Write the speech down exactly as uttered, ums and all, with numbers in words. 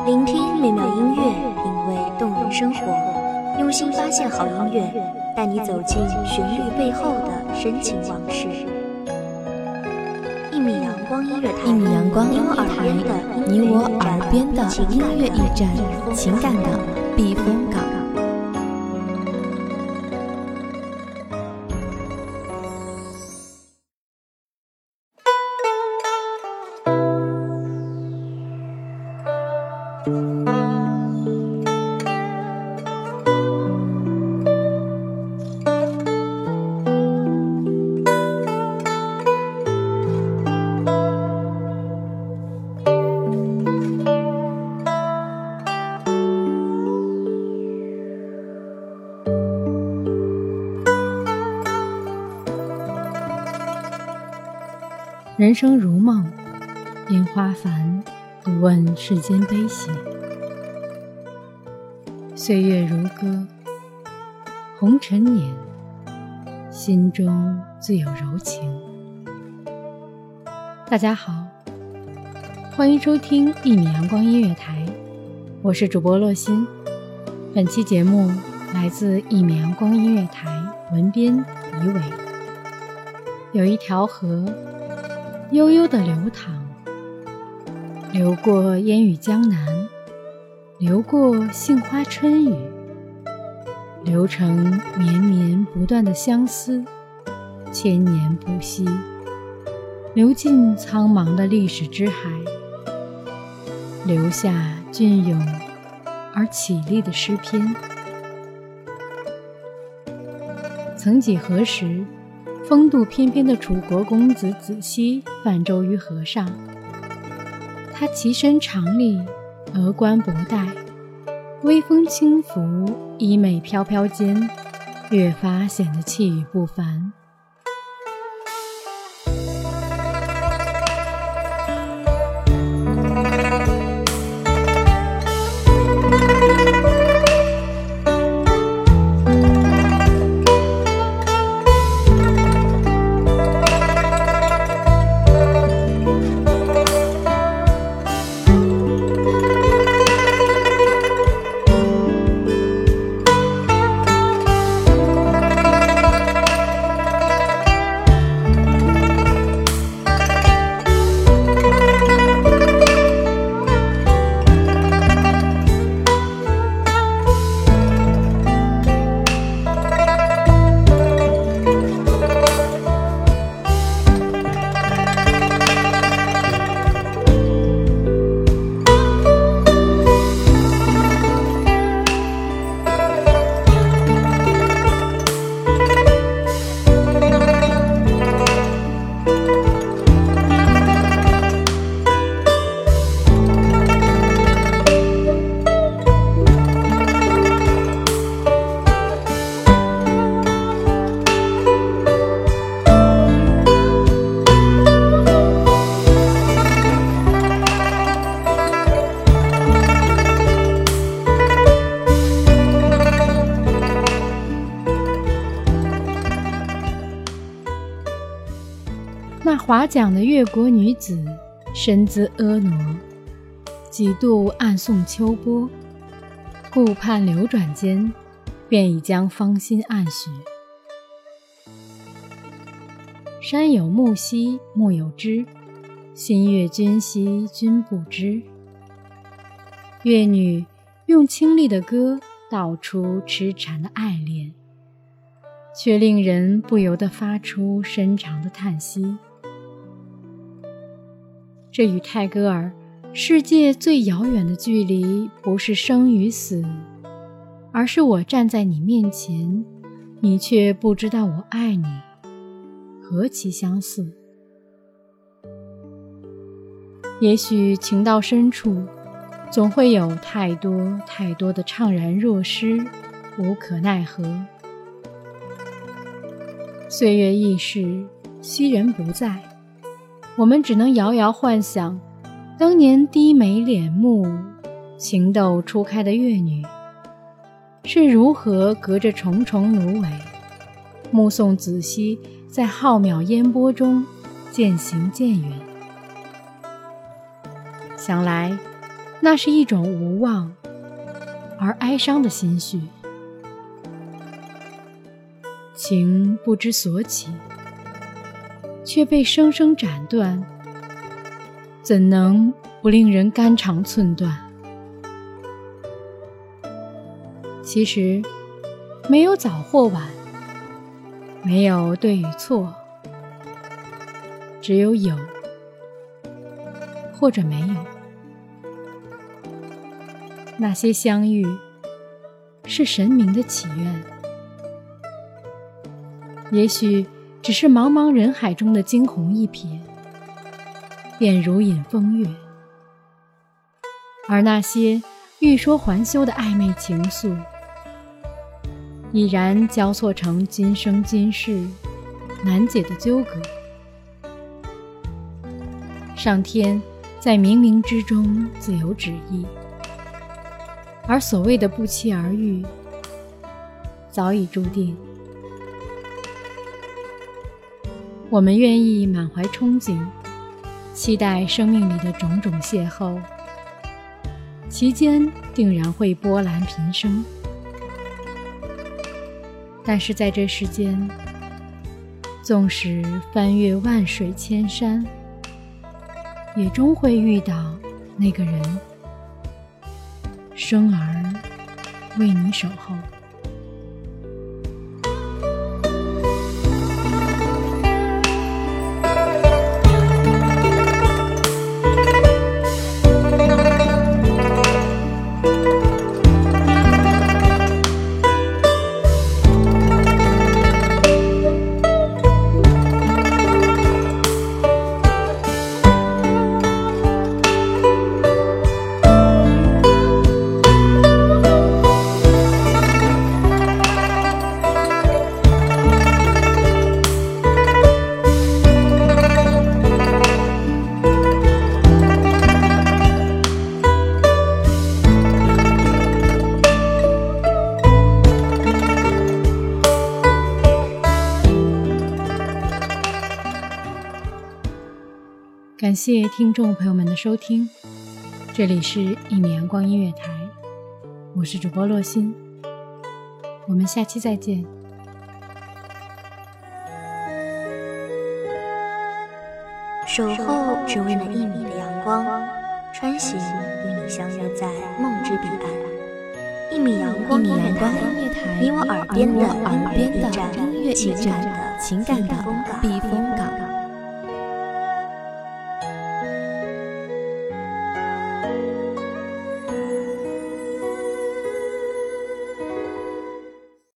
聆听美妙音乐，品味动人生活，用心发现好音乐，带你走进旋律背后的深情往事。一米阳光音乐台， 一米阳光音乐台，你我耳边的音乐驿站，情感的避风港。 人生如梦，烟花繁，不问世间悲喜。岁月如歌，红尘年，心中自有柔情。大家好，欢迎收听一米阳光音乐台，我是主播洛心。本期节目来自一米阳光音乐台，文编李伟。有一条河悠悠地流淌，流过烟雨江南，流过杏花春雨，流成绵绵不断的相思，千年不息，流进苍茫的历史之海，留下隽永而绮丽的诗篇。曾几何时，风度翩翩的楚国公子子期泛舟于河上，他其身长立，额冠博带，微风轻拂，衣袂飘飘间，越发显得气宇不凡。那划桨的越国女子，身姿婀娜，几度暗送秋波，顾盼流转间，便已将芳心暗许。山有木兮木有枝，心悦君兮君不知。乐女用清丽的歌道出痴缠的爱恋，却令人不由得发出深长的叹息。这与泰戈尔世界最遥远的距离，不是生与死，而是我站在你面前，你却不知道我爱你，何其相似。也许情到深处，总会有太多太多的怅然若失，无可奈何。岁月易逝，昔人不在，我们只能遥遥幻想当年低眉敛目，情窦初开的乐女是如何隔着重重芦苇，目送子期在浩渺烟波中渐行渐远。想来那是一种无望而哀伤的心绪。情不知所起，却被生生斩断，怎能不令人肝肠寸断？其实没有早或晚，没有对与错，只有有或者没有。那些相遇是神明的祈愿，也许只是茫茫人海中的惊鸿一瞥，便如饮风月。而那些欲说还休的暧昧情愫，已然交错成今生今世难解的纠葛。上天在冥冥之中自有旨意，而所谓的不期而遇，早已注定。我们愿意满怀憧憬，期待生命里的种种邂逅，其间定然会波澜频生。但是在这世间，纵使翻越万水千山，也终会遇到那个人，生而为你守候。感谢听众朋友们的收听，这里是一米阳光音乐台，我是主播洛心，我们下期再见。 守候只为那一米的阳光，穿行与你相约在梦之彼岸。一米阳光音乐台，你我耳边的音乐驿站，情感的情感的避风港。